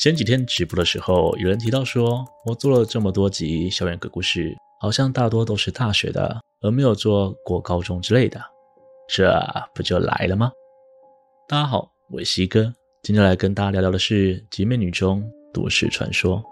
前几天直播的时候，有人提到说，我做了这么多集校园鬼故事，好像大多都是大学的，而没有做过高中之类的，这不就来了吗？大家好，我是西哥，今天来跟大家聊聊的是集美女中都市传说。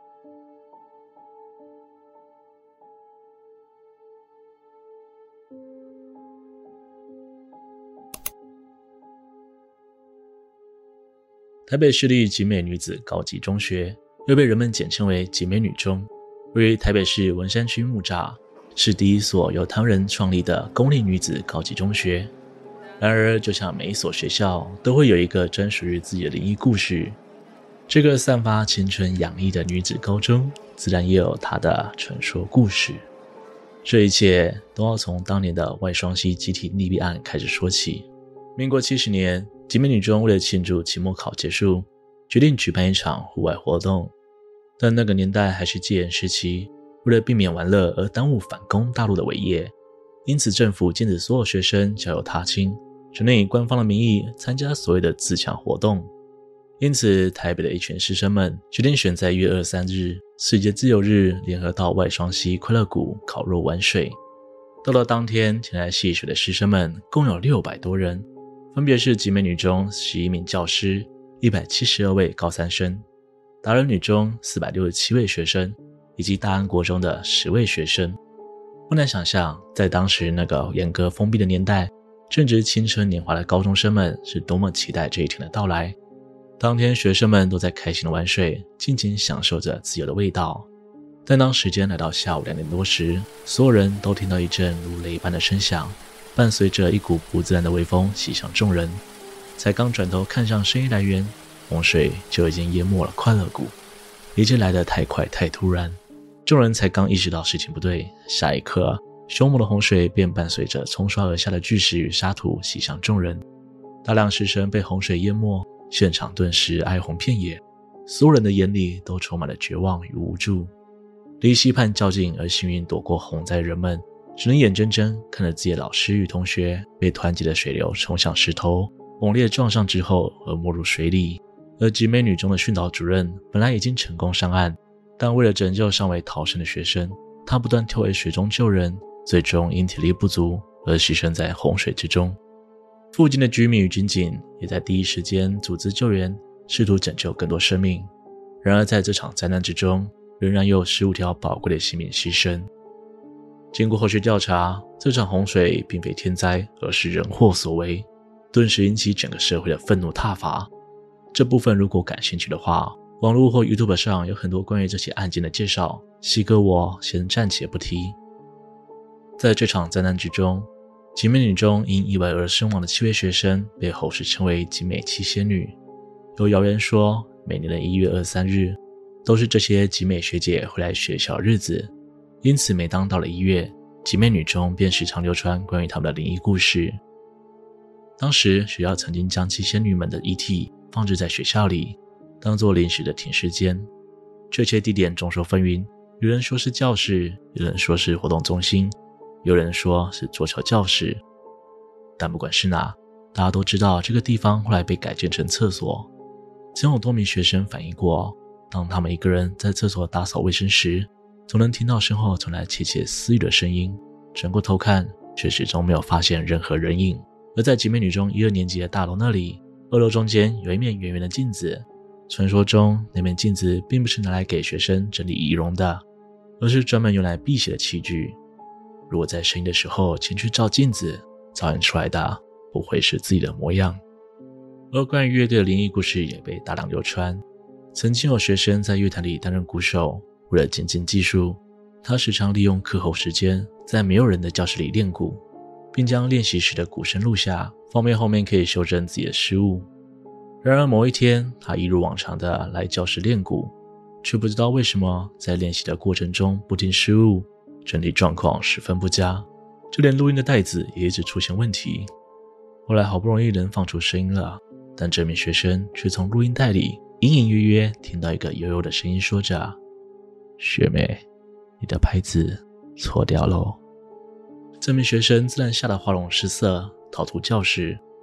台北市立集美女子高级中学，又被人们简称为集美女中，位于台北市文山区木栅，是第一所由唐人创立的公立女子高级中学。然而，就像每一所学校都会有一个专属于自己的灵异故事，这个散发青春洋溢的女子高中，自然也有它的传说故事。这一切都要从当年的外双溪集体溺毙案开始说起。民国70年，集美女中为了庆祝期末考结束，决定举办一场户外活动。但那个年代还是戒严时期，为了避免玩乐而耽误反攻大陆的伟业，因此政府禁止所有学生交友踏青，只能以官方的名义参加所谓的自强活动。因此，台北的一群师生们决定选在1月23日世界自由日，联合到外双溪快乐谷烤肉玩水。到了当天，前来戏水的师生们共有600多人，分别是集美女中11名教师、172位高三生，达人女中467位学生，以及大安国中的10位学生。不难想象，在当时那个严格封闭的年代，正值青春年华的高中生们是多么期待这一天的到来。当天学生们都在开心的玩水，尽情享受着自由的味道。但当时间来到下午2点多时，所有人都听到一阵如雷般的声响，伴随着一股不自然的微风袭向众人。才刚转头看向声音来源，洪水就已经淹没了快乐谷。一切来得太快太突然，众人才刚意识到事情不对，下一刻凶猛的洪水便伴随着冲刷而下的巨石与沙土袭向众人。大量师生被洪水淹没，现场顿时哀鸿遍野，所有人的眼里都充满了绝望与无助。离溪畔较近而幸运躲过洪灾的人们，只能眼睁睁看着自己的老师与同学被湍急的水流冲向石头，猛烈撞上之后而没入水里。而集美女中的训导主任本来已经成功上岸，但为了拯救尚未逃生的学生，他不断跳回水中救人，最终因体力不足而牺牲在洪水之中。附近的居民与军警也在第一时间组织救援，试图拯救更多生命。然而在这场灾难之中，仍然有15条宝贵的性命牺牲。经过后续调查，这场洪水并非天灾，而是人祸所为，顿时引起整个社会的愤怒挞伐。这部分如果感兴趣的话，网络或 YouTube 上有很多关于这起案件的介绍，西哥我先暂且不提。在这场灾难之中，集美女中因意外而身亡的7位学生被后世称为集美7仙女。有谣言说，每年的1月23日都是这些集美学姐回来学校的日子，因此每当到了1月，集美女中便时常流传关于她们的灵异故事。当时学校曾经将7仙女们的遗体放置在学校里，当作临时的停尸间。确切地点众说纷纭，有人说是教室，有人说是活动中心，有人说是桌球教室。但不管是哪，大家都知道这个地方后来被改建成厕所。曾有多名学生反映过，当他们一个人在厕所打扫卫生时，总能听到身后传来窃窃私语的声音，转过头看却始终没有发现任何人影。而在集美女中1、2年级的大楼那里，2楼中间有一面圆圆的镜子，传说中那面镜子并不是拿来给学生整理仪容的，而是专门用来辟邪的器具。如果在深夜的时候前去照镜子，照映出来的不会是自己的模样。而关于乐队的灵异故事也被大量流传。曾经有学生在乐坛里担任鼓手，为了精进技术，他时常利用课后时间在没有人的教室里练鼓，并将练习时的鼓声录下，方便后面可以修正自己的失误。然而某一天，他一如往常的来教室练鼓，却不知道为什么在练习的过程中不停失误，整体状况十分不佳，就连录音的带子也一直出现问题。后来好不容易能放出声音了，但这名学生却从录音带里隐隐约约听到一个悠悠的声音说着：“学妹，你的拍子错掉咯。”这名学生自然吓得花容失色，逃出教室。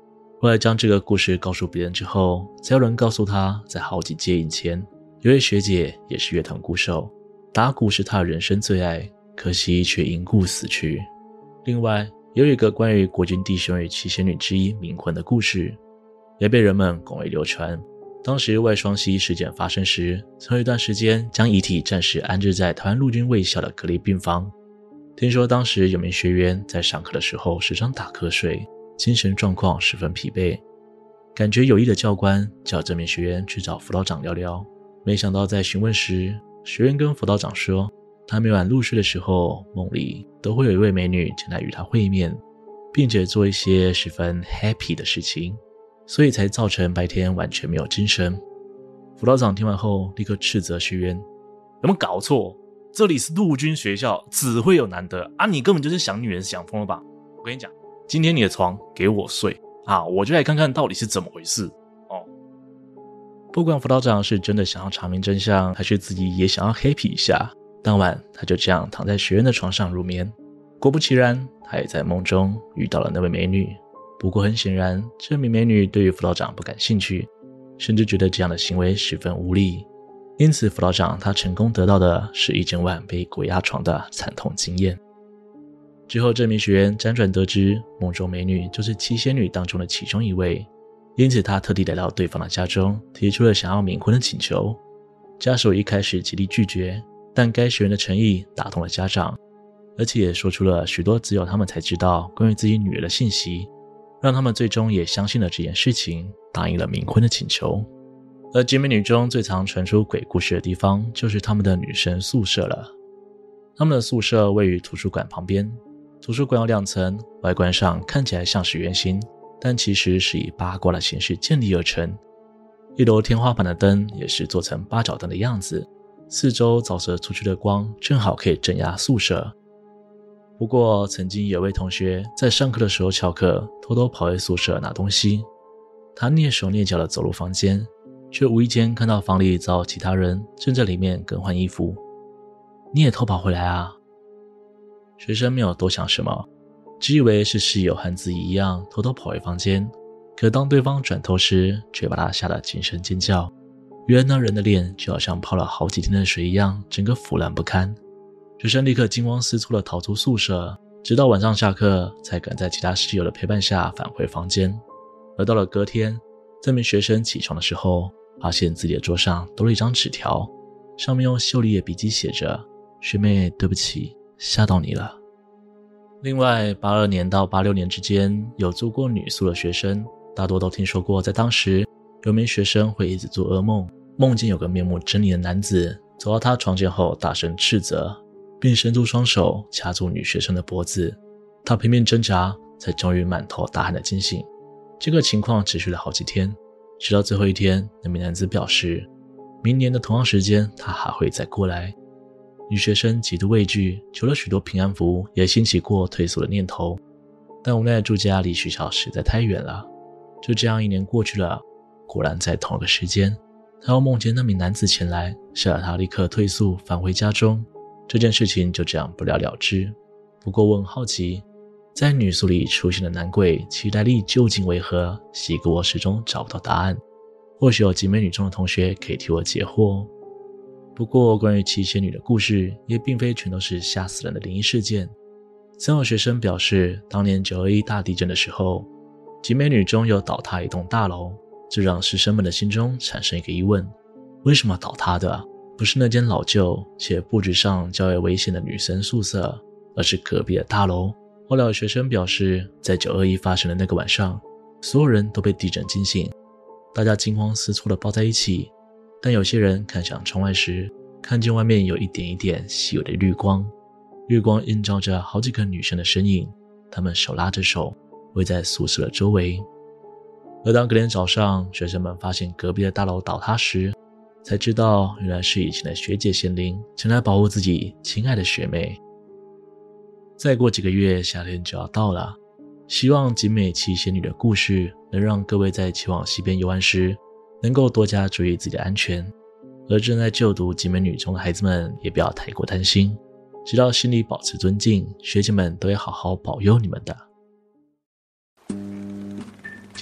后来将这个故事告诉别人之后，才有人告诉他，在好几届以前，有位学姐也是乐团鼓手，打鼓是她的人生最爱，可惜却因故死去。另外，也有一个关于国军弟兄与七仙女之一冥婚的故事，也被人们广为流传。当时外双溪事件发生时，曾有一段时间将遗体暂时安置在台湾陆军卫校的隔离病房。听说当时有名学员在上课的时候时常打瞌睡，精神状况十分疲惫，感觉有意的教官叫这名学员去找辅导长聊聊。没想到在询问时，学员跟辅导长说，他每晚入睡的时候，梦里都会有一位美女前来与他会面，并且做一些十分 happy 的事情，所以才造成白天完全没有精神。辅导长听完后立刻斥责学员，有没有搞错？这里是陆军学校，只会有男的啊！你根本就是想女人想疯了吧？我跟你讲，今天你的床给我睡啊，我就来看看到底是怎么回事哦。不管辅导长是真的想要查明真相，还是自己也想要 happy 一下，当晚他就这样躺在学员的床上入眠。果不其然，他也在梦中遇到了那位美女。不过很显然，这名美女对于辅导长不感兴趣，甚至觉得这样的行为十分无力。因此辅导长他成功得到的是一整晚被鬼压床的惨痛经验。之后这名学员辗转得知梦中美女就是七仙女当中的其中一位，因此他特地来到对方的家中，提出了想要冥婚的请求。家属一开始极力拒绝，但该学员的诚意打动了家长，而且也说出了许多只有他们才知道关于自己女儿的信息，让他们最终也相信了这件事情，答应了冥婚的请求。而姐妹女中最常传出鬼故事的地方，就是她们的女生宿舍了。她们的宿舍位于图书馆旁边，图书馆有2层，外观上看起来像是圆形，但其实是以八卦的形式建立而成。1楼天花板的灯也是做成八角灯的样子，四周照射出去的光正好可以镇压宿舍。不过曾经有位同学在上课的时候翘课，偷偷跑回宿舍拿东西，他蹑手蹑脚地走入房间，却无意间看到房里遭其他人正在里面更换衣服。你也偷跑回来啊？学生没有多想什么，只以为是室友和自己一样偷偷跑回房间，可当对方转头时，却把他吓得惊声尖叫。原来那人的脸就好像泡了好几天的水一样，整个腐烂不堪。学生立刻惊慌失措地逃出宿舍，直到晚上下课才赶在其他室友的陪伴下返回房间。而到了隔天，这名学生起床的时候，发现自己的桌上多了一张纸条，上面用秀丽的笔记写着，学妹对不起，吓到你了。另外82年到86年之间有住过女宿的学生，大多都听说过在当时有名学生会一直做噩梦，梦见有个面目狰狞的男子走到他床前后大声斥责，并伸出双手掐住女学生的脖子，她拼命挣扎，才终于满头大汗的惊醒。这个情况持续了好几天，直到最后一天，那名男子表示明年的同样时间他还会再过来。女学生极度畏惧，求了许多平安符，也兴起过退宿的念头，但无奈住家离学校实在太远了。就这样1年过去了，果然在同一个时间，他又梦见那名男子前来，吓得他立刻退宿返回家中。这件事情就这样不了了之。不过我很好奇，在女宿里出现的男鬼其来历究竟为何，是一个我始终找不到答案。或许有集美女中的同学可以替我解惑。不过关于七仙女的故事也并非全都是吓死人的灵异事件。曾有学生表示，当年921大地震的时候，集美女中有倒塌一栋大楼，这让师生们的心中产生一个疑问，为什么倒塌的不是那间老旧且布局上较为危险的女生宿舍，而是隔壁的大楼。后来有学生表示，在921发生的那个晚上，所有人都被地震惊醒，大家惊慌失措地抱在一起，但有些人看向窗外时，看见外面有一点一点稀有的绿光，绿光映照着好几个女生的身影，她们手拉着手围在宿舍的周围。而当隔天早上学生们发现隔壁的大楼倒塌时，才知道原来是以前的学姐贤灵前来保护自己亲爱的学妹。再过几个月夏天就要到了，希望景美七仙女的故事能让各位在前往西边游玩时能够多加注意自己的安全，而正在就读景美女中的孩子们也不要太过担心，只要心里保持尊敬，学姐们都会好好保佑你们的。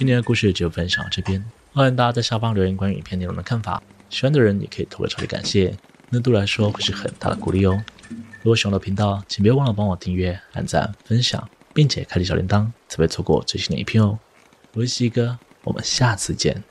今天的故事就分享到这边，欢迎大家在下方留言关于影片内容的看法，喜欢的人也可以投个超级感谢，那对我来说会是很大的鼓励哦。如果喜欢我的频道，请别忘了帮我订阅、按赞、分享，并且开启小铃铛，才不会错过最新的一篇哦。我是西哥，我们下次见。